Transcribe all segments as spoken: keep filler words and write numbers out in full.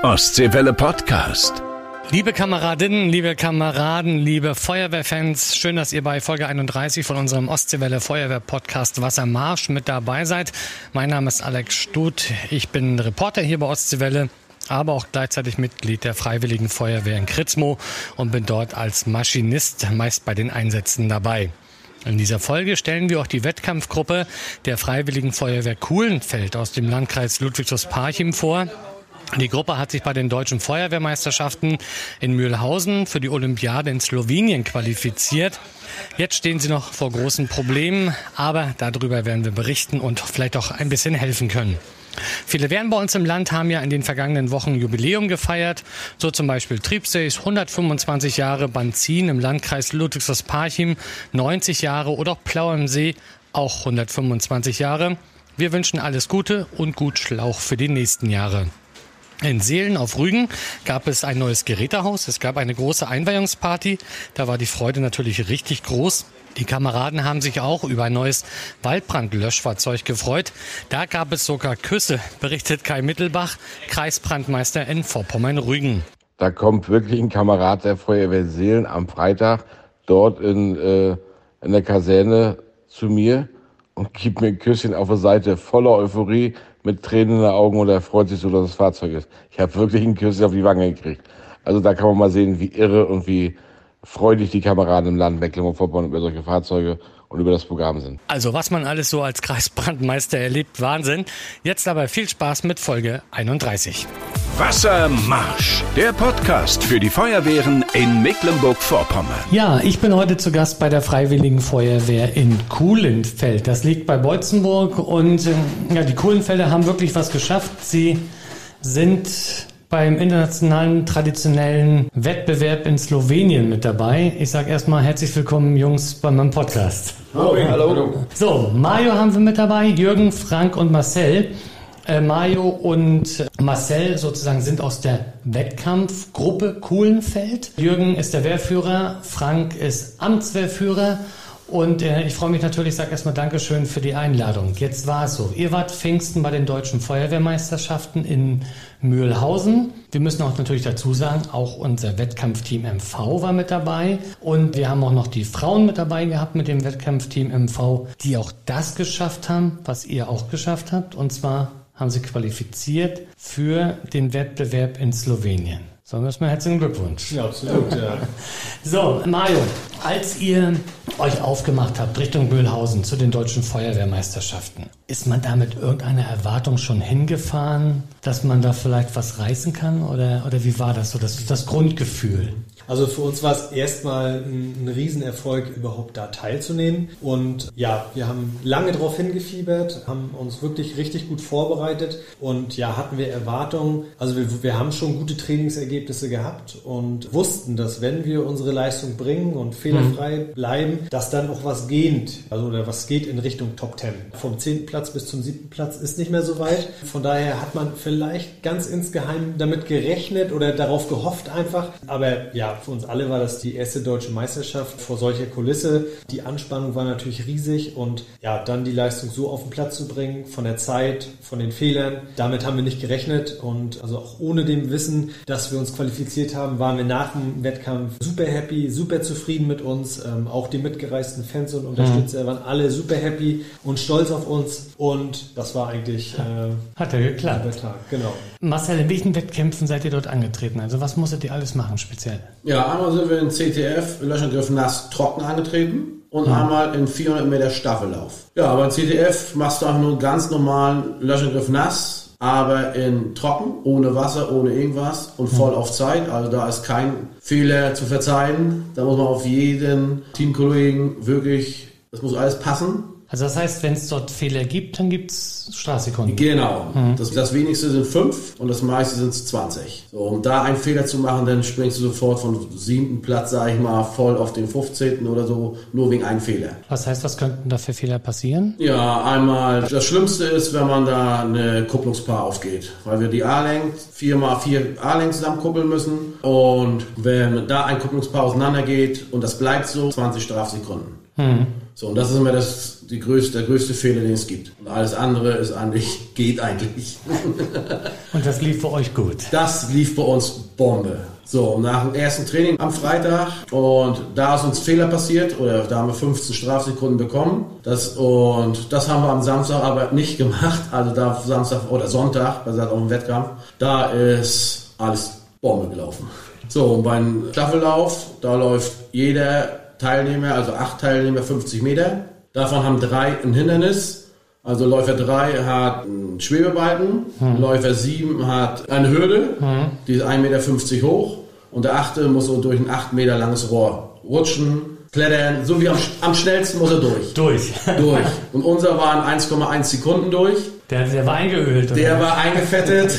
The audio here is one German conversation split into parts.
Ostseewelle Podcast. Liebe Kameradinnen, liebe Kameraden, liebe Feuerwehrfans, schön, dass ihr bei Folge einunddreißig von unserem Ostseewelle Feuerwehr Podcast Wassermarsch mit dabei seid. Mein Name ist Alex Stuth, ich bin Reporter hier bei Ostseewelle, aber auch gleichzeitig Mitglied der Freiwilligen Feuerwehr in Kritzmo und bin dort als Maschinist meist bei den Einsätzen dabei. In dieser Folge stellen wir auch die Wettkampfgruppe der Freiwilligen Feuerwehr Kuhlenfeld aus dem Landkreis Ludwigshaus-Parchim vor. Die Gruppe hat sich bei den deutschen Feuerwehrmeisterschaften in Mühlhausen für die Olympiade in Slowenien qualifiziert. Jetzt stehen sie noch vor großen Problemen, aber darüber werden wir berichten und vielleicht auch ein bisschen helfen können. Viele Wehren bei uns im Land haben ja in den vergangenen Wochen Jubiläum gefeiert. So zum Beispiel Triebsees hundertfünfundzwanzig Jahre, Banzin im Landkreis Ludwigshaus-Parchim neunzig Jahre oder auch Plau am See auch hundertfünfundzwanzig Jahre. Wir wünschen alles Gute und gut Schlauch für die nächsten Jahre. In Seelen auf Rügen gab es ein neues Gerätehaus. Es gab eine große Einweihungsparty. Da war die Freude natürlich richtig groß. Die Kameraden haben sich auch über ein neues Waldbrandlöschfahrzeug gefreut. Da gab es sogar Küsse, berichtet Kai Mittelbach, Kreisbrandmeister in Vorpommern-Rügen. Da kommt wirklich ein Kamerad der Feuerwehr Seelen am Freitag dort in, äh, in der Kaserne zu mir und gibt mir ein Küsschen auf der Seite, voller Euphorie, mit Tränen in den Augen, und er freut sich so, dass das Fahrzeug ist. Ich habe wirklich ein Küsschen auf die Wange gekriegt. Also da kann man mal sehen, wie irre und wie freudig die Kameraden im Land Mecklenburg-Vorpommern über solche Fahrzeuge und über das Programm sind. Also was man alles so als Kreisbrandmeister erlebt, Wahnsinn. Jetzt aber viel Spaß mit Folge einunddreißig. Wassermarsch, der Podcast für die Feuerwehren in Mecklenburg-Vorpommern. Ja, ich bin heute zu Gast bei der Freiwilligen Feuerwehr in Kuhlenfeld. Das liegt bei Beutzenburg und ja, die Kuhlenfelder haben wirklich was geschafft. Sie sind beim internationalen traditionellen Wettbewerb in Slowenien mit dabei. Ich sage erstmal herzlich willkommen, Jungs, bei meinem Podcast. Hallo. Hallo. So, Mario haben wir mit dabei, Jürgen, Frank und Marcel. Äh, Mario und Marcel sozusagen sind aus der Wettkampfgruppe Kuhlenfeld. Jürgen ist der Wehrführer, Frank ist Amtswehrführer. Und äh, ich freue mich natürlich, ich sage erstmal Dankeschön für die Einladung. Jetzt war es so, ihr wart Pfingsten bei den deutschen Feuerwehrmeisterschaften in Mühlhausen. Wir müssen auch natürlich dazu sagen, auch unser Wettkampfteam M V war mit dabei. Und wir haben auch noch die Frauen mit dabei gehabt mit dem Wettkampfteam M V, die auch das geschafft haben, was ihr auch geschafft habt. Und zwar haben sie qualifiziert für den Wettbewerb in Slowenien. So, erstmal herzlichen Glückwunsch. Ja, absolut, ja. So, Mario, als ihr euch aufgemacht habt Richtung Mühlhausen zu den deutschen Feuerwehrmeisterschaften, ist man da mit irgendeiner Erwartung schon hingefahren, dass man da vielleicht was reißen kann? Oder, oder wie war das so, das, das Grundgefühl? Also für uns war es erstmal ein, ein Riesenerfolg, überhaupt da teilzunehmen. Und ja, wir haben lange drauf hingefiebert, haben uns wirklich richtig gut vorbereitet und ja, hatten wir Erwartungen. Also wir, wir haben schon gute Trainingsergebnisse gehabt und wussten, dass wenn wir unsere Leistung bringen und fehlerfrei mhm. bleiben, dass dann auch was geht, also oder was geht in Richtung Top Ten. Vom zehnten Platz bis zum siebten Platz ist nicht mehr so weit. Von daher hat man vielleicht ganz insgeheim damit gerechnet oder darauf gehofft einfach. Aber ja, für uns alle war das die erste deutsche Meisterschaft vor solcher Kulisse. Die Anspannung war natürlich riesig und ja, dann die Leistung so auf den Platz zu bringen, von der Zeit, von den Fehlern, damit haben wir nicht gerechnet und also auch ohne dem Wissen, dass wir uns qualifiziert haben, waren wir nach dem Wettkampf super happy, super zufrieden mit uns. Ähm, auch die mitgereisten Fans und Unterstützer mhm. waren alle super happy und stolz auf uns und das war eigentlich äh, hat ja geklappt. Der Tag, genau. Marcel, in welchen Wettkämpfen seid ihr dort angetreten? Also was musstet ihr alles machen speziell? Ja, einmal sind wir in C T F, Löschangriff nass trocken angetreten und mhm. einmal in vierhundert Meter Staffellauf. Ja, aber in C T F machst du auch nur ganz normalen Löschangriff nass, aber in trocken, ohne Wasser, ohne irgendwas und voll mhm. auf Zeit. Also da ist kein Fehler zu verzeihen. Da muss man auf jeden Teamkollegen wirklich, das muss alles passen. Also das heißt, wenn es dort Fehler gibt, dann gibt es Strafsekunden. Genau. Mhm. Das, das wenigste sind fünf und das meiste sind zwanzig. So, um da einen Fehler zu machen, dann springst du sofort vom siebten Platz, sag ich mal, voll auf den fünfzehnten oder so, nur wegen einem Fehler. Was heißt, was könnten da für Fehler passieren? Ja, einmal, das Schlimmste ist, wenn man da eine Kupplungspaar aufgeht, weil wir die A-Länge, vier mal vier A-Längen zusammenkuppeln müssen und wenn da ein Kupplungspaar auseinandergeht und das bleibt so, zwanzig Strafsekunden. Mhm. So, und das ist immer das, die größte, der größte Fehler, den es gibt. Und alles andere ist eigentlich, geht eigentlich. Und das lief für euch gut? Das lief bei uns Bombe. So, nach dem ersten Training am Freitag und da ist uns Fehler passiert oder da haben wir fünfzehn Strafsekunden bekommen. Das, und das haben wir am Samstag aber nicht gemacht. Also da Samstag oder Sonntag, also auch im Wettkampf, da ist alles Bombe gelaufen. So, und beim Staffellauf, da läuft jeder Teilnehmer, also acht Teilnehmer, fünfzig Meter. Davon haben drei ein Hindernis. Also Läufer drei hat einen Schwebebalken, hm. Läufer sieben hat eine Hürde, hm. die ist ein Meter fünfzig hoch. Und der achte muss so durch ein acht Meter langes Rohr rutschen, klettern, so wie am, am schnellsten muss er durch. Durch. Durch. Und unser war in eins Komma eins Sekunden durch. Der, der war eingeölt. Oder? Der war eingefettet.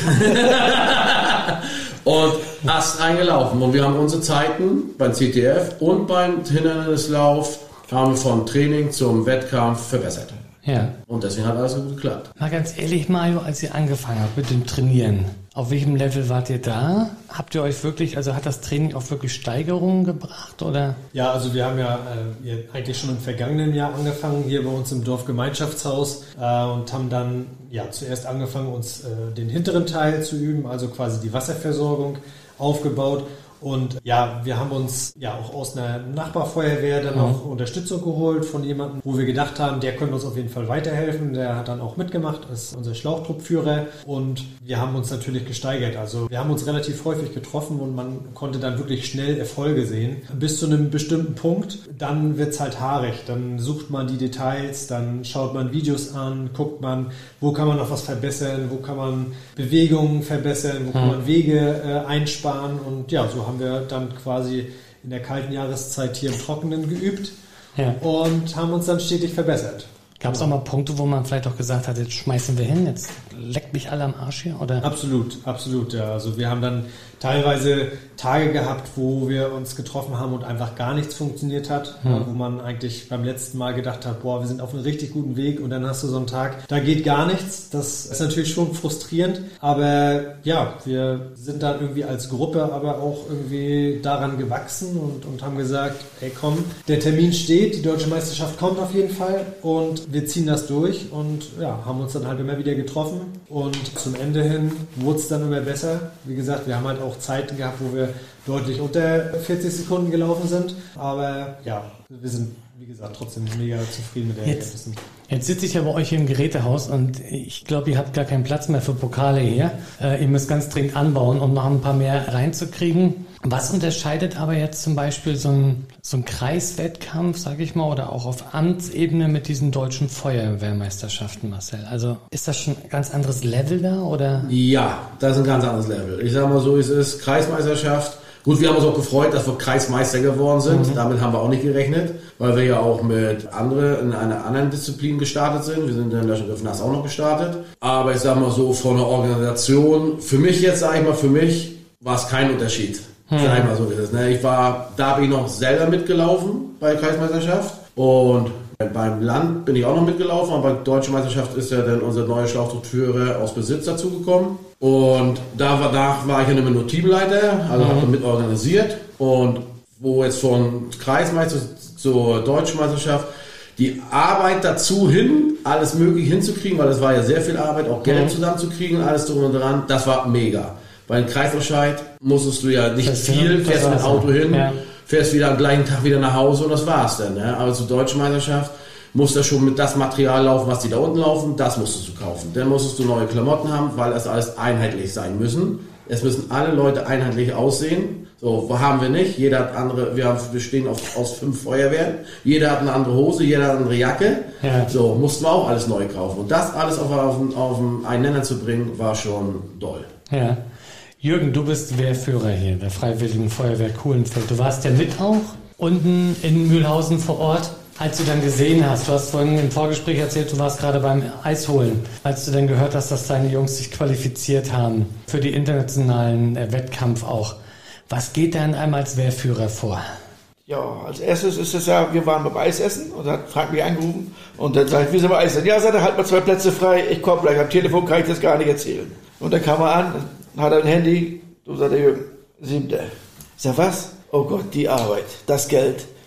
Und Ast eingelaufen. Und wir haben unsere Zeiten beim C T F und beim Hindernislauf haben wir vom Training zum Wettkampf verbessert. Ja. Und deswegen hat alles gut geklappt. Mal ganz ehrlich, Mario, als ihr angefangen habt mit dem Trainieren, auf welchem Level wart ihr da? Habt ihr euch wirklich, also hat das Training auch wirklich Steigerungen gebracht, oder? Ja, also wir haben ja äh, eigentlich schon im vergangenen Jahr angefangen, hier bei uns im Dorfgemeinschaftshaus äh, und haben dann ja zuerst angefangen, uns äh, den hinteren Teil zu üben, also quasi die Wasserversorgung aufgebaut. Und ja, wir haben uns ja auch aus einer Nachbarfeuerwehr dann auch mhm. Unterstützung geholt von jemandem, wo wir gedacht haben, der könnte uns auf jeden Fall weiterhelfen. Der hat dann auch mitgemacht, ist unser Schlauchtruppführer und wir haben uns natürlich gesteigert. Also wir haben uns relativ häufig getroffen und man konnte dann wirklich schnell Erfolge sehen. Bis zu einem bestimmten Punkt, dann wird's halt haarig. Dann sucht man die Details, dann schaut man Videos an, guckt man, wo kann man noch was verbessern, wo kann man Bewegungen verbessern, wo mhm. kann man Wege äh, einsparen und ja, so haben wir dann quasi in der kalten Jahreszeit hier im Trockenen geübt ja. und haben uns dann stetig verbessert. Gab es auch mal Punkte, wo man vielleicht auch gesagt hat, jetzt schmeißen wir hin, jetzt leckt mich alle am Arsch hier? Oder? Absolut, absolut. Ja. Also wir haben dann teilweise Tage gehabt, wo wir uns getroffen haben und einfach gar nichts funktioniert hat, hm. wo man eigentlich beim letzten Mal gedacht hat, boah, wir sind auf einem richtig guten Weg und dann hast du so einen Tag, da geht gar nichts. Das ist natürlich schon frustrierend, aber ja, wir sind dann irgendwie als Gruppe aber auch irgendwie daran gewachsen und, und haben gesagt, ey komm, der Termin steht, die Deutsche Meisterschaft kommt auf jeden Fall und wir ziehen das durch und ja, haben uns dann halt immer wieder getroffen und zum Ende hin wurde es dann immer besser. Wie gesagt, wir haben halt auch Zeiten gehabt, wo wir deutlich unter vierzig Sekunden gelaufen sind, aber ja, wir sind, wie gesagt, trotzdem mega zufrieden mit den Ergebnissen. Jetzt sitze ich ja bei euch hier im Gerätehaus und ich glaube, ihr habt gar keinen Platz mehr für Pokale hier. Äh, ihr müsst ganz dringend anbauen, um noch ein paar mehr reinzukriegen. Was unterscheidet aber jetzt zum Beispiel so ein, so ein Kreiswettkampf, sage ich mal, oder auch auf Amtsebene mit diesen deutschen Feuerwehrmeisterschaften, Marcel? Also ist das schon ein ganz anderes Level da, oder? Ja, das ist ein ganz anderes Level. Ich sage mal so, es ist Kreismeisterschaft. Gut, wir haben uns auch gefreut, dass wir Kreismeister geworden sind. Mhm. Damit haben wir auch nicht gerechnet, weil wir ja auch mit anderen in einer anderen Disziplin gestartet sind. Wir sind in Löschengriff Nass auch noch gestartet. Aber ich sage mal so, von der Organisation, für mich jetzt, sage ich mal, für mich war es kein Unterschied. Mhm. Sag ich mal so wie das. Ne? Ich war, da bin ich noch selber mitgelaufen bei der Kreismeisterschaft und beim Land bin ich auch noch mitgelaufen, aber bei der Deutschen Meisterschaft ist ja dann unser neuer Schlauchtruppführer aus Besitz dazugekommen. Und da war, da war ich ja immer nur Teamleiter, also mhm. habe mit organisiert. Und wo jetzt von Kreismeister zur Deutschen Meisterschaft die Arbeit dazu hin, alles möglich hinzukriegen, weil das war ja sehr viel Arbeit, auch Geld mhm. zusammenzukriegen, alles drum und dran, das war mega. Bei einem Kreisausscheid musstest du ja nicht das viel, fährst mit dem Auto hin, ja. fährst wieder am gleichen Tag wieder nach Hause und das war's dann. Ne? Aber zur Deutschen Meisterschaft musst du schon mit das Material laufen, was die da unten laufen, das musstest du kaufen. Dann musstest du neue Klamotten haben, weil das alles einheitlich sein müssen. Es müssen alle Leute einheitlich aussehen. So, haben wir nicht. Jeder hat andere, wir haben, wir stehen auf, aus fünf Feuerwehren. Jeder hat eine andere Hose, jeder hat eine andere Jacke. Ja. So, mussten wir auch alles neu kaufen. Und das alles auf, auf, auf einen Nenner zu bringen, war schon doll. Ja. Jürgen, du bist Wehrführer hier der Freiwilligen Feuerwehr Kuhlenfeld. Du warst ja mit auch unten in Mühlhausen vor Ort, als du dann gesehen hast, du hast vorhin im Vorgespräch erzählt, du warst gerade beim Eisholen, als du dann gehört hast, dass deine Jungs sich qualifiziert haben für die internationalen äh, Wettkampf auch. Was geht da in einem als Wehrführer vor? Ja, als erstes ist es ja, wir waren beim Eisessen und dann hat Frank mich angerufen und dann sagt, wie sind wir Eisessen? Ja, sagt er, halt mal zwei Plätze frei, ich komme gleich, am Telefon kann ich das gar nicht erzählen. Und dann kam er an, hat er ein Handy, du sagt der Jürgen, siebter. Ich sag, was? Oh Gott, die Arbeit, das Geld,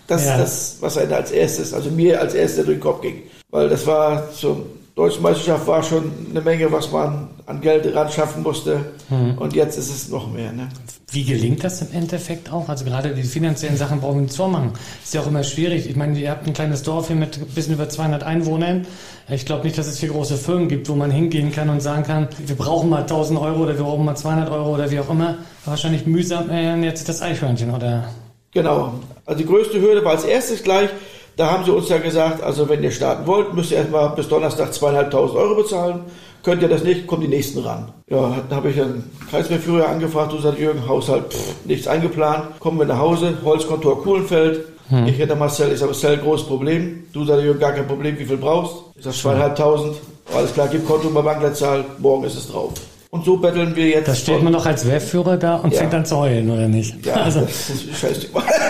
Das ist Ja. das, was einem als erstes, also mir als erstes durch den Kopf ging. Weil das war zur Deutschen Meisterschaft war schon eine Menge, was man an Geld ran schaffen musste. Mhm. Und jetzt ist es noch mehr. Ne? Wie gelingt das im Endeffekt auch? Also gerade die finanziellen Sachen brauchen wir nicht vormachen. Ist ja auch immer schwierig. Ich meine, ihr habt ein kleines Dorf hier mit ein bisschen über zweihundert Einwohnern. Ich glaube nicht, dass es hier große Firmen gibt, wo man hingehen kann und sagen kann, wir brauchen mal tausend Euro oder wir brauchen mal zweihundert Euro oder wie auch immer. Wahrscheinlich mühsam äh, jetzt das Eichhörnchen, oder? Genau. Also die größte Hürde war als erstes gleich, da haben sie uns ja gesagt, also wenn ihr starten wollt, müsst ihr erstmal bis Donnerstag zweieinhalbtausend Euro bezahlen. Könnt ihr das nicht, kommen die Nächsten ran. Ja, dann habe ich einen Kreiswehrführer angefragt, du sagst, Jürgen, Haushalt, pff, nichts eingeplant. Kommen wir nach Hause, Holzkontor Kuhlenfeld. Hm. Ich hätte Marcel, ich sage, Marcel, großes Problem. Du sagst, Jürgen, gar kein Problem, wie viel brauchst? Ich sage, zweieinhalbtausend. Alles klar, gib Konto bei Bankleitzahl, morgen ist es drauf. Und so betteln wir jetzt. Da steht man noch als Wehrführer da und ja. fängt an zu heulen, oder nicht? Ja, also. Das ist scheiße.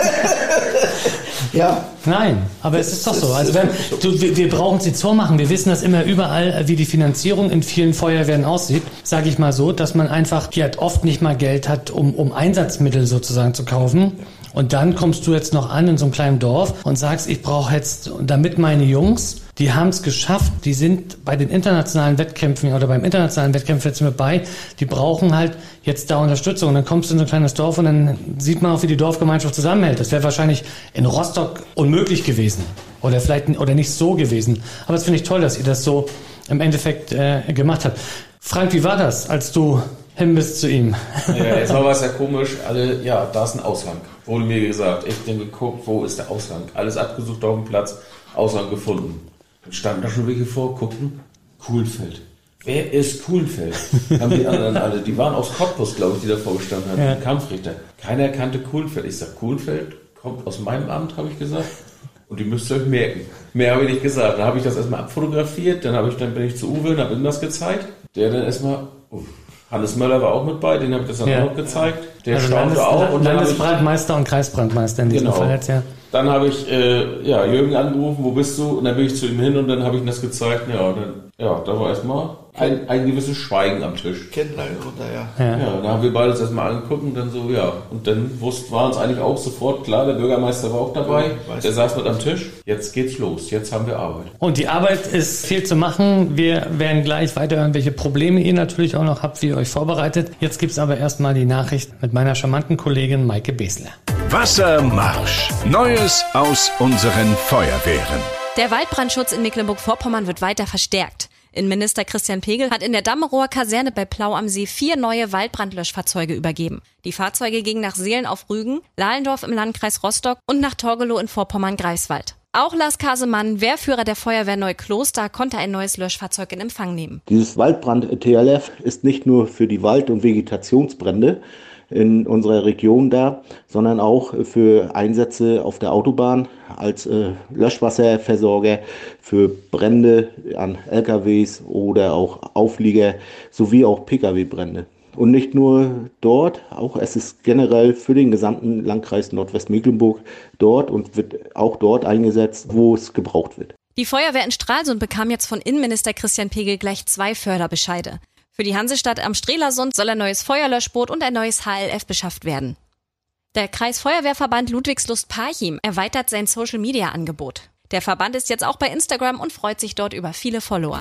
Ja. Nein, aber es ist doch so. Also wenn, du, wir, wir brauchen es nicht vormachen. Wir wissen das immer überall, wie die Finanzierung in vielen Feuerwehren aussieht. Sage ich mal so, dass man einfach hier halt oft nicht mal Geld hat, um, um Einsatzmittel sozusagen zu kaufen. Und dann kommst du jetzt noch an in so einem kleinen Dorf und sagst, ich brauche jetzt, damit meine Jungs, die haben es geschafft, die sind bei den internationalen Wettkämpfen oder beim internationalen Wettkämpfen jetzt mit bei, die brauchen halt jetzt da Unterstützung. Und dann kommst du in so ein kleines Dorf und dann sieht man auch, wie die Dorfgemeinschaft zusammenhält. Das wäre wahrscheinlich in Rostock unmöglich gewesen oder vielleicht oder nicht so gewesen. Aber das finde ich toll, dass ihr das so im Endeffekt äh, gemacht habt. Frank, wie war das, als du hin bist zu ihm? Ja, jetzt war es ja komisch, alle, ja, da ist ein Aushang, wurde mir gesagt. Ich habe geguckt, wo ist der Aushang? Alles abgesucht auf dem Platz, Aushang gefunden. Dann standen da schon welche vor, guckten, Kuhlenfeld. Wer ist Kuhlenfeld? Haben die anderen alle, die waren aus Cottbus, glaube ich, die davor gestanden haben, ja. Kampfrichter. Keiner kannte Kuhlenfeld. Ich sage, Kuhlenfeld kommt aus meinem Amt, habe ich gesagt. Und die müsst ihr euch merken. Mehr habe ich nicht gesagt. Dann habe ich das erstmal abfotografiert, dann, habe ich, dann bin ich zu Uwe und habe ihm das gezeigt. Der dann erstmal, oh, Hannes Möller war auch mit bei, den habe ich das dann ja. auch gezeigt. Der also staunte Landes, auch. Und Landesbrandmeister und Kreisbrandmeister in diesem genau. Fall jetzt, ja. Dann habe ich äh, ja, Jürgen angerufen, wo bist du? Und dann bin ich zu ihm hin und dann habe ich ihm das gezeigt. Ja, dann, ja, da war erstmal ein, ein gewisses Schweigen am Tisch. Kennenlernen runter, ja. Ja, ja da haben wir beide das erstmal angeguckt und dann so, ja. Und dann wussten, war uns eigentlich auch sofort klar, der Bürgermeister war auch dabei. Ja, der saß mit am Tisch. Jetzt geht's los, jetzt haben wir Arbeit. Und die Arbeit ist viel zu machen. Wir werden gleich weiterhören, welche Probleme ihr natürlich auch noch habt, wie ihr euch vorbereitet. Jetzt gibt's aber erstmal die Nachricht mit meiner charmanten Kollegin Maike Besler. Wassermarsch. Neues aus unseren Feuerwehren. Der Waldbrandschutz in Mecklenburg-Vorpommern wird weiter verstärkt. Innenminister Christian Pegel hat in der Dammerower Kaserne bei Plau am See vier neue Waldbrandlöschfahrzeuge übergeben. Die Fahrzeuge gingen nach Seelen auf Rügen, Lahlendorf im Landkreis Rostock und nach Torgelow in Vorpommern-Greifswald. Auch Lars Kasemann, Wehrführer der Feuerwehr Neukloster, konnte ein neues Löschfahrzeug in Empfang nehmen. Dieses Waldbrand-T L F ist nicht nur für die Wald- und Vegetationsbrände in unserer Region da, sondern auch für Einsätze auf der Autobahn als äh, Löschwasserversorger für Brände an L K Ws oder auch Auflieger sowie auch P K W-Brände. Und nicht nur dort, auch es ist generell für den gesamten Landkreis Nordwestmecklenburg dort und wird auch dort eingesetzt, wo es gebraucht wird. Die Feuerwehr in Stralsund bekam jetzt von Innenminister Christian Pegel gleich zwei Förderbescheide. Für die Hansestadt am Strelasund soll ein neues Feuerlöschboot und ein neues H L F beschafft werden. Der Kreisfeuerwehrverband Ludwigslust-Parchim erweitert sein Social-Media-Angebot. Der Verband ist jetzt auch bei Instagram und freut sich dort über viele Follower.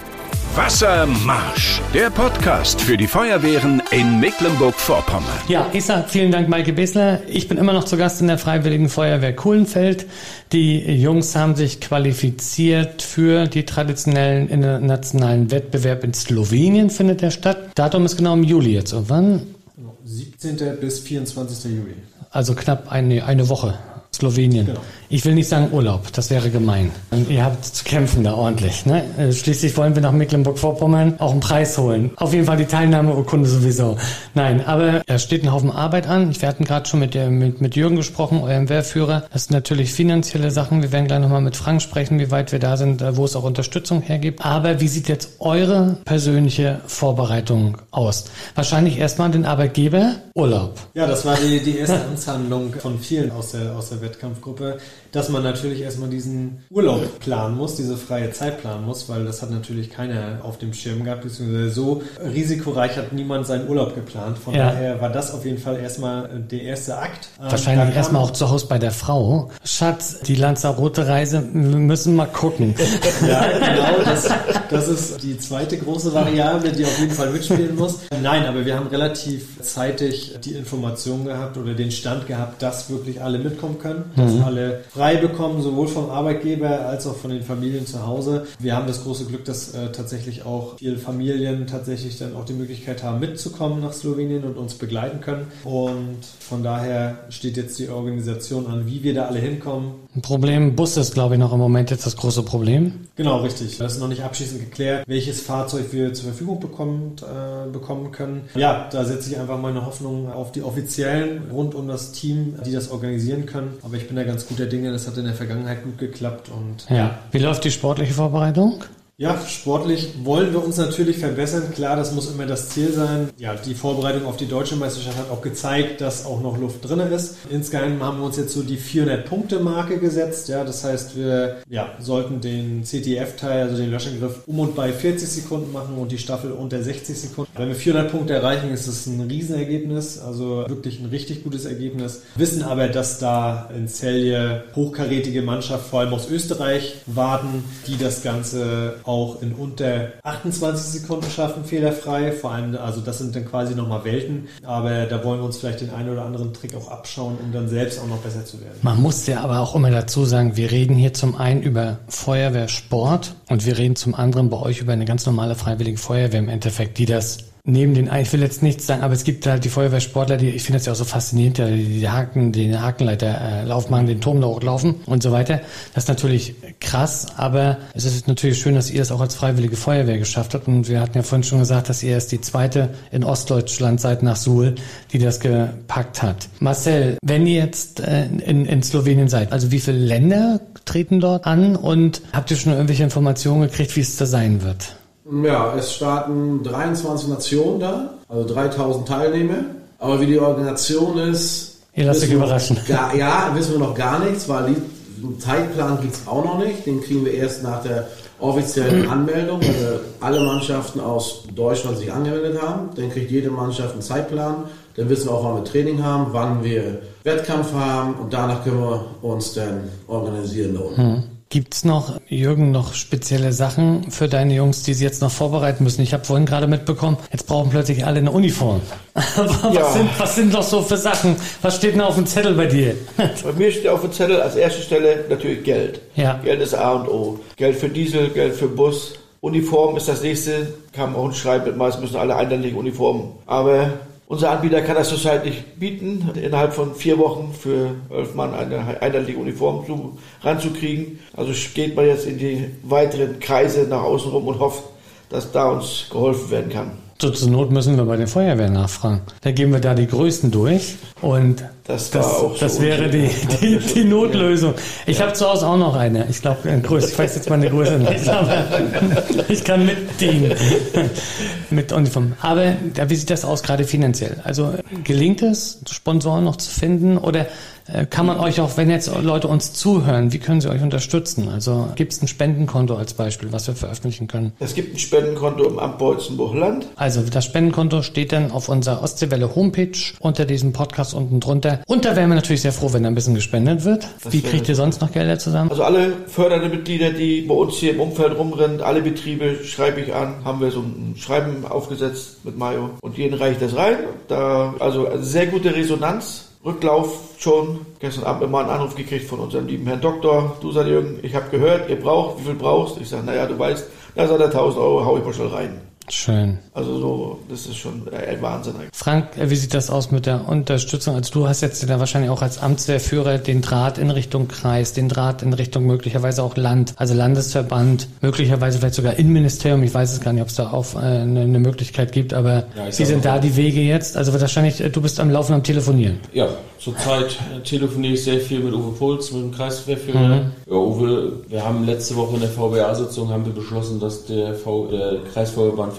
Wassermarsch, der Podcast für die Feuerwehren in Mecklenburg-Vorpommern. Ja, ich sage vielen Dank, Maike Besler. Ich bin immer noch zu Gast in der Freiwilligen Feuerwehr Kuhlenfeld. Die Jungs haben sich qualifiziert für die traditionellen internationalen Wettbewerb in Slowenien, findet der statt. Datum ist genau im Juli jetzt. Und wann? siebzehnten bis vierundzwanzigsten Juli. Also knapp eine, eine Woche. Slowenien. Genau. Ich will nicht sagen Urlaub, das wäre gemein. Und ihr habt zu kämpfen da ordentlich. Ne? Schließlich wollen wir nach Mecklenburg-Vorpommern auch einen Preis holen. Auf jeden Fall die Teilnahmeurkunde sowieso. Nein, aber es steht ein Haufen Arbeit an. Wir hatten gerade schon mit, der, mit, mit Jürgen gesprochen, eurem Wehrführer. Das sind natürlich finanzielle Sachen. Wir werden gleich nochmal mit Frank sprechen, wie weit wir da sind, wo es auch Unterstützung hergibt. Aber wie sieht jetzt eure persönliche Vorbereitung aus? Wahrscheinlich erstmal den Arbeitgeber Urlaub. Ja, das war die, die erste Amtshandlung von vielen aus der, aus der Wettkampfgruppe, dass man natürlich erstmal diesen Urlaub planen muss, diese freie Zeit planen muss, weil das hat natürlich keiner auf dem Schirm gehabt, beziehungsweise so risikoreich hat niemand seinen Urlaub geplant. Von ja. daher war das auf jeden Fall erstmal der erste Akt. Wahrscheinlich erstmal auch zu Hause bei der Frau. Schatz, die Lanzarote-Reise, wir müssen mal gucken. Ja, genau, das, das ist die zweite große Variable, die auf jeden Fall mitspielen muss. Nein, aber wir haben relativ zeitig die Information gehabt oder den Stand gehabt, dass wirklich alle mitkommen können, dass mhm. alle frei bekommen, sowohl vom Arbeitgeber als auch von den Familien zu Hause. Wir haben das große Glück, dass äh, tatsächlich auch viele Familien tatsächlich dann auch die Möglichkeit haben, mitzukommen nach Slowenien und uns begleiten können. Und von daher steht jetzt die Organisation an, wie wir da alle hinkommen. Ein Problem, Bus ist, glaube ich, noch im Moment jetzt das große Problem. Genau, richtig. Das ist noch nicht abschließend geklärt, welches Fahrzeug wir zur Verfügung bekommen, äh, bekommen können. Ja, da setze ich einfach meine Hoffnung auf die Offiziellen rund um das Team, die das organisieren können. Aber ich bin da ganz guter Dinge, das hat in der Vergangenheit gut geklappt. Und ja. Wie läuft die sportliche Vorbereitung? Ja, sportlich wollen wir uns natürlich verbessern. Klar, das muss immer das Ziel sein. Ja, die Vorbereitung auf die Deutsche Meisterschaft hat auch gezeigt, dass auch noch Luft drin ist. Insgesamt haben wir uns jetzt so die vierhundert-Punkte-Marke gesetzt. Ja, das heißt, wir ja, sollten den C T F-Teil, also den Löschangriff, um und bei vierzig Sekunden machen und die Staffel unter sechzig Sekunden. Wenn wir vierhundert Punkte erreichen, ist das ein Riesenergebnis. Also wirklich ein richtig gutes Ergebnis. Wissen aber, dass da in Celje hochkarätige Mannschaft, vor allem aus Österreich, warten, die das Ganze auch in unter achtundzwanzig Sekunden schaffen, fehlerfrei. Vor allem, also das sind dann quasi nochmal Welten. Aber da wollen wir uns vielleicht den einen oder anderen Trick auch abschauen, um dann selbst auch noch besser zu werden. Man muss ja aber auch immer dazu sagen, wir reden hier zum einen über Feuerwehrsport und wir reden zum anderen bei euch über eine ganz normale freiwillige Feuerwehr im Endeffekt, die das neben den, ich will jetzt nichts sagen, aber es gibt halt die Feuerwehrsportler, die, ich finde das ja auch so faszinierend, die, die Haken, den Hakenleiter äh, Lauf machen, den Turm da hochlaufen und so weiter. Das ist natürlich krass, aber es ist natürlich schön, dass ihr es auch als freiwillige Feuerwehr geschafft habt. Und wir hatten ja vorhin schon gesagt, dass ihr erst die zweite in Ostdeutschland seid nach Suhl, die das gepackt hat. Marcel, wenn ihr jetzt äh, in, in Slowenien seid, also wie viele Länder treten dort an und habt ihr schon irgendwelche Informationen gekriegt, wie es da sein wird? Ja, es starten dreiundzwanzig Nationen da, also dreitausend Teilnehmer. Aber wie die Organisation ist, ihr lasst euch überraschen. Gar, ja, wissen wir noch gar nichts, weil den Zeitplan gibt es auch noch nicht. Den kriegen wir erst nach der offiziellen Anmeldung, weil alle Mannschaften aus Deutschland sich angemeldet haben. Dann kriegt jede Mannschaft einen Zeitplan. Dann wissen wir auch, wann wir Training haben, wann wir Wettkampf haben und danach können wir uns dann organisieren. Hm. Gibt's noch, Jürgen, noch spezielle Sachen für deine Jungs, die sie jetzt noch vorbereiten müssen? Ich habe vorhin gerade mitbekommen, jetzt brauchen plötzlich alle eine Uniform. was, ja. sind, was sind noch so für Sachen? Was steht denn auf dem Zettel bei dir? Bei mir steht auf dem Zettel als erste Stelle natürlich Geld. Ja. Geld ist A und O. Geld für Diesel, Geld für Bus. Uniform ist das nächste. Kam auch ein Schreiben mit, meist müssen alle einheitliche Uniformen. Aber unser Anbieter kann das zurzeit nicht bieten, innerhalb von vier Wochen für elf Mann eine einheitliche Uniform zu, ranzukriegen. Also geht man jetzt in die weiteren Kreise nach außen rum und hofft, dass da uns geholfen werden kann. So, zur Not müssen wir bei der Feuerwehr nachfragen. Da geben wir da die Größten durch und das, das, auch das so wäre die, die, die Notlösung. Ich ja. habe zu Hause auch noch eine. Ich glaube, ich weiß jetzt meine Größe nicht, aber ich kann mitdienen. Mit Uniform. Aber wie sieht das aus, gerade finanziell? Also gelingt es, Sponsoren noch zu finden oder kann man euch auch, wenn jetzt Leute uns zuhören, wie können sie euch unterstützen? Also gibt es ein Spendenkonto als Beispiel, was wir veröffentlichen können? Es gibt ein Spendenkonto im Amt Beutzenbuch-Land. Also das Spendenkonto steht dann auf unserer Ostseewelle Homepage unter diesem Podcast unten drunter. Und da wären wir natürlich sehr froh, wenn da ein bisschen gespendet wird. Das wie kriegt ihr sonst noch Gelder zusammen? Also alle fördernde Mitglieder, die bei uns hier im Umfeld rumrennen, alle Betriebe schreibe ich an, haben wir so ein Schreiben aufgesetzt mit Mayo und jeden reicht das rein. Da, also sehr gute Resonanz. Rücklauf schon. Gestern Abend immer einen Anruf gekriegt von unserem lieben Herrn Doktor. Du, sagst Jürgen, ich habe gehört, ihr braucht, wie viel brauchst? Ich sage, naja, du weißt, da sagt er tausend Euro, hau ich mal schnell rein. Schön. Also so, das ist schon ein Wahnsinn. Frank, wie sieht das aus mit der Unterstützung? Also du hast jetzt ja wahrscheinlich auch als Amtswehrführer den Draht in Richtung Kreis, den Draht in Richtung möglicherweise auch Land, also Landesverband, möglicherweise vielleicht sogar Innenministerium. Ich weiß es gar nicht, ob es da auch äh, eine, eine Möglichkeit gibt, aber ja, wie sind da die Wege jetzt? Also wahrscheinlich, du bist am Laufen am Telefonieren. Ja, zurzeit telefoniere ich sehr viel mit Uwe Puls, mit dem Kreiswehrführer. Mhm. Ja, Uwe, wir haben letzte Woche in der V B A-Sitzung haben wir beschlossen, dass der, v, der Kreisfeuerwehrverband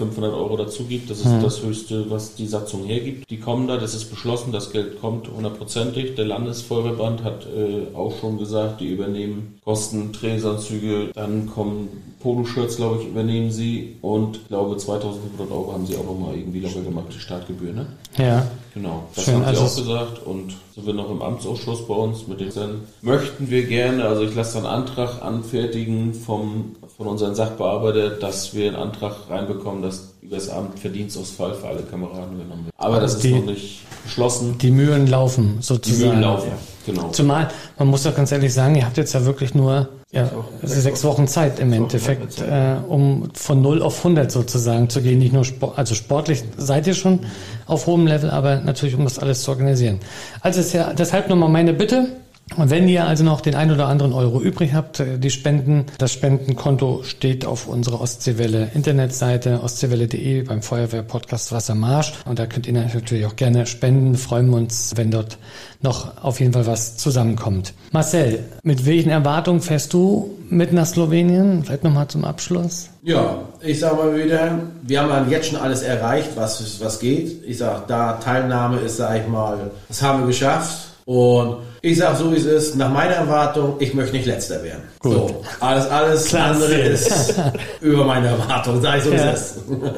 fünfhundert Euro dazu gibt. Das ist mhm. das Höchste, was die Satzung hergibt. Die kommen da, das ist beschlossen, das Geld kommt hundertprozentig. Der Landesfeuerwehrband hat äh, auch schon gesagt, die übernehmen Kosten, Trainingsanzüge, dann kommen Poloshirts, glaube ich, übernehmen sie und ich glaube zweitausendfünfhundert Euro haben sie auch nochmal irgendwie locker gemacht, die Startgebühr, ne? Ja. Genau, das Schön, haben sie also auch gesagt und sind wir noch im Amtsausschuss bei uns mit den dann möchten wir gerne, also ich lasse dann einen Antrag anfertigen vom, von unseren Sachbearbeiter, dass wir einen Antrag reinbekommen, dass über das Amt Verdienstausfall für alle Kameraden genommen wird. Aber das ist die, noch nicht beschlossen. Die Mühlen laufen sozusagen. Die Mühlen laufen, genau. Zumal, man muss doch ganz ehrlich sagen, ihr habt jetzt ja wirklich nur ja, also sechs Wochen Zeit im Endeffekt, äh, um von null auf hundert sozusagen zu gehen. Nicht nur Sport, also sportlich seid ihr schon auf hohem Level, aber natürlich, um das alles zu organisieren. Also ist ja deshalb nochmal meine Bitte. Und wenn ihr also noch den ein oder anderen Euro übrig habt, die Spenden, das Spendenkonto steht auf unserer Ostseewelle Internetseite ostseewelle punkt de beim Feuerwehr-Podcast Wassermarsch. Und da könnt ihr natürlich auch gerne spenden. Freuen wir uns, wenn dort noch auf jeden Fall was zusammenkommt. Marcel, mit welchen Erwartungen fährst du mit nach Slowenien? Vielleicht nochmal zum Abschluss. Ja, ich sage mal wieder, wir haben dann jetzt schon alles erreicht, was, was geht. Ich sage, da Teilnahme ist, sage ich mal, das haben wir geschafft. Und ich sage so, wie es ist, nach meiner Erwartung, ich möchte nicht Letzter werden. Gut. So, alles, alles andere ist über meine Erwartung, sage ich so, wie ja. es ist.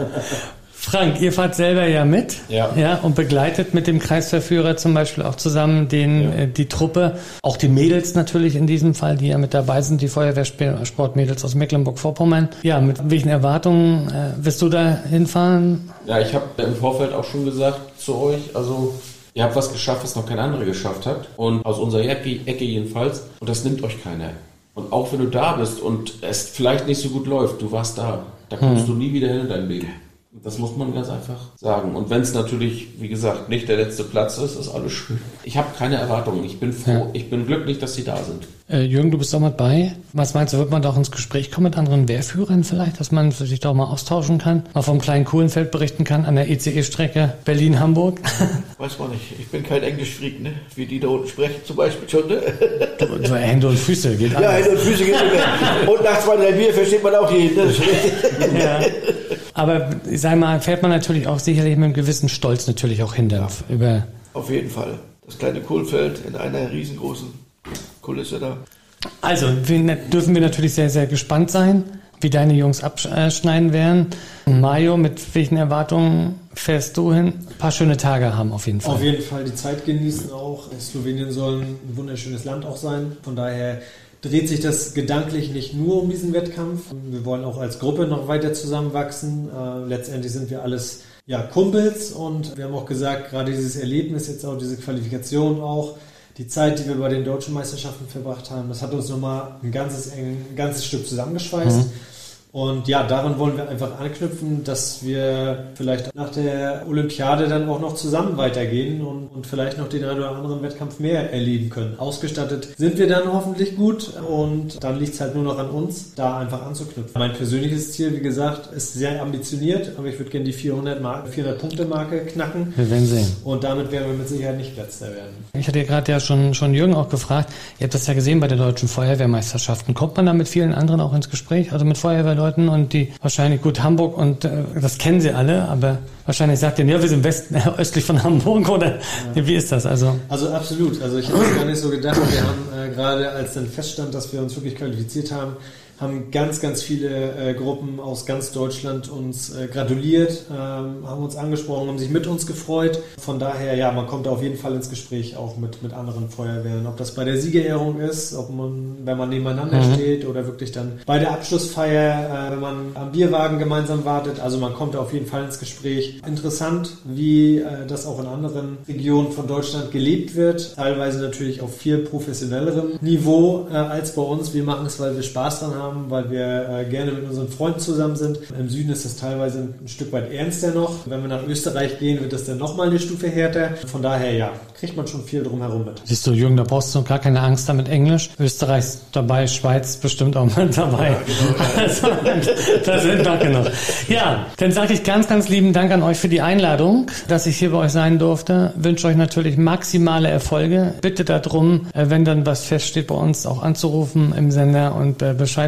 Frank, ihr fahrt selber ja mit, ja. Ja, und begleitet mit dem Kreisverführer zum Beispiel auch zusammen den, ja. äh, die Truppe, auch die Mädels natürlich in diesem Fall, die ja mit dabei sind, die Feuerwehrsportmädels aus Mecklenburg-Vorpommern. Ja, mit welchen Erwartungen äh, wirst du da hinfahren? Ja, ich habe im Vorfeld auch schon gesagt zu euch, also ihr habt was geschafft, was noch kein anderer geschafft hat. Und aus unserer Ecke, Ecke jedenfalls. Und das nimmt euch keiner. Und auch wenn du da bist und es vielleicht nicht so gut läuft, du warst da. Da kommst hm. du nie wieder hin in deinem Leben. Das muss man ganz einfach sagen. Und wenn es natürlich, wie gesagt, nicht der letzte Platz ist, ist alles schön. Ich habe keine Erwartungen. Ich bin froh, ja. ich bin glücklich, dass sie da sind. Äh, Jürgen, du bist auch mit bei. Was meinst du, wird man da auch ins Gespräch kommen mit anderen Wehrführern vielleicht, dass man sich da auch mal austauschen kann? Mal vom kleinen Kohlenfeld berichten kann an der I C E-Strecke Berlin-Hamburg? Weiß man nicht. Ich bin kein Englischfreak, ne? Wie die da unten sprechen zum Beispiel schon, ne? Du, so Hände und Füße geht alles. Ja, Hände und Füße geht immer. Und nach zwei, drei Bier versteht man auch jeden, ne? Ja. Aber ich sag mal, fährt man natürlich auch sicherlich mit einem gewissen Stolz natürlich auch hin. Ja. Über Auf jeden Fall. Das kleine Kohlfeld in einer riesengroßen Kulisse da. Also wir, dürfen wir natürlich sehr, sehr gespannt sein, wie deine Jungs abschneiden werden. Mario, mit welchen Erwartungen fährst du hin? Ein paar schöne Tage haben auf jeden Fall. Auf jeden Fall die Zeit genießen auch. Slowenien soll ein wunderschönes Land auch sein. Von daher dreht sich das gedanklich nicht nur um diesen Wettkampf. Wir wollen auch als Gruppe noch weiter zusammenwachsen. Äh, letztendlich sind wir alles ja, Kumpels und wir haben auch gesagt, gerade dieses Erlebnis, jetzt auch diese Qualifikation auch, die Zeit, die wir bei den deutschen Meisterschaften verbracht haben, das hat uns nochmal ein ganzes, ein ganzes Stück zusammengeschweißt. Mhm. Und ja, daran wollen wir einfach anknüpfen, dass wir vielleicht nach der Olympiade dann auch noch zusammen weitergehen und, und vielleicht noch den einen oder anderen Wettkampf mehr erleben können. Ausgestattet sind wir dann hoffentlich gut und dann liegt es halt nur noch an uns, da einfach anzuknüpfen. Mein persönliches Ziel, wie gesagt, ist sehr ambitioniert, aber ich würde gerne die vierhundert Punkte Marke knacken. Wir werden sehen. Und damit werden wir mit Sicherheit nicht Letzter werden. Ich hatte ja gerade ja schon, schon Jürgen auch gefragt, ihr habt das ja gesehen bei der deutschen Feuerwehrmeisterschaften. Kommt man da mit vielen anderen auch ins Gespräch, also mit Feuerwehrleuten? Und die wahrscheinlich, gut, Hamburg und äh, das kennen sie alle, aber wahrscheinlich sagt ihr, ja, wir sind Westen, äh, östlich von Hamburg oder ja. Wie ist das? Also also absolut. Also ich habe es gar nicht so gedacht. Wir haben äh, gerade, als dann feststand, dass wir uns wirklich qualifiziert haben, haben ganz, ganz viele äh, Gruppen aus ganz Deutschland uns äh, gratuliert, ähm, haben uns angesprochen, haben sich mit uns gefreut. Von daher, ja, man kommt auf jeden Fall ins Gespräch auch mit, mit anderen Feuerwehren. Ob das bei der Siegerehrung ist, ob man, wenn man nebeneinander mhm. steht oder wirklich dann bei der Abschlussfeier, äh, wenn man am Bierwagen gemeinsam wartet. Also man kommt auf jeden Fall ins Gespräch. Interessant, wie äh, das auch in anderen Regionen von Deutschland gelebt wird. Teilweise natürlich auf viel professionellerem Niveau äh, als bei uns. Wir machen es, weil wir Spaß dran haben. Weil wir äh, gerne mit unseren Freunden zusammen sind. Im Süden ist das teilweise ein, ein Stück weit ernster noch. Wenn wir nach Österreich gehen, wird das dann nochmal eine Stufe härter. Von daher, ja, kriegt man schon viel drumherum mit. Siehst du, Jürgen, da brauchst du gar keine Angst da mit Englisch. Österreich ist dabei, Schweiz bestimmt auch mit dabei. Ja, genau, ja. Also, da sind doch genug. Ja, dann sage ich ganz, ganz lieben Dank an euch für die Einladung, dass ich hier bei euch sein durfte. Wünsche euch natürlich maximale Erfolge. Bitte darum, wenn dann was feststeht bei uns, auch anzurufen im Sender und Bescheid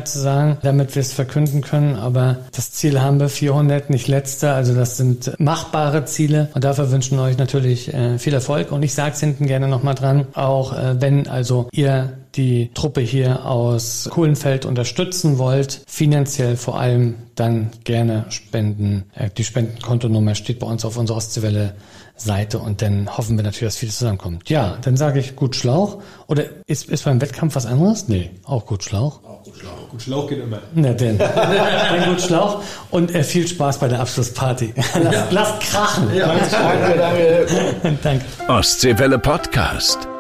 zu sagen, damit wir es verkünden können. Aber das Ziel haben wir, vierhundert, nicht letzter. Also das sind machbare Ziele. Und dafür wünschen wir euch natürlich äh, viel Erfolg. Und ich sage es hinten gerne nochmal dran, auch äh, wenn also ihr die Truppe hier aus Kohlenfeld unterstützen wollt, finanziell vor allem, dann gerne spenden. Äh, die Spendenkontonummer steht bei uns auf unserer Ostseewelle Seite und dann hoffen wir natürlich, dass viel zusammenkommt. Ja, dann sage ich gut Schlauch. Oder ist, ist beim Wettkampf was anderes? Nee, auch gut Schlauch. Auch gut Schlauch. Gut Schlauch geht immer. Na denn. Ein gut Schlauch und äh, viel Spaß bei der Abschlussparty. Lasst, ja. lasst krachen. Ja, danke, danke. Danke. Ostseewelle Podcast.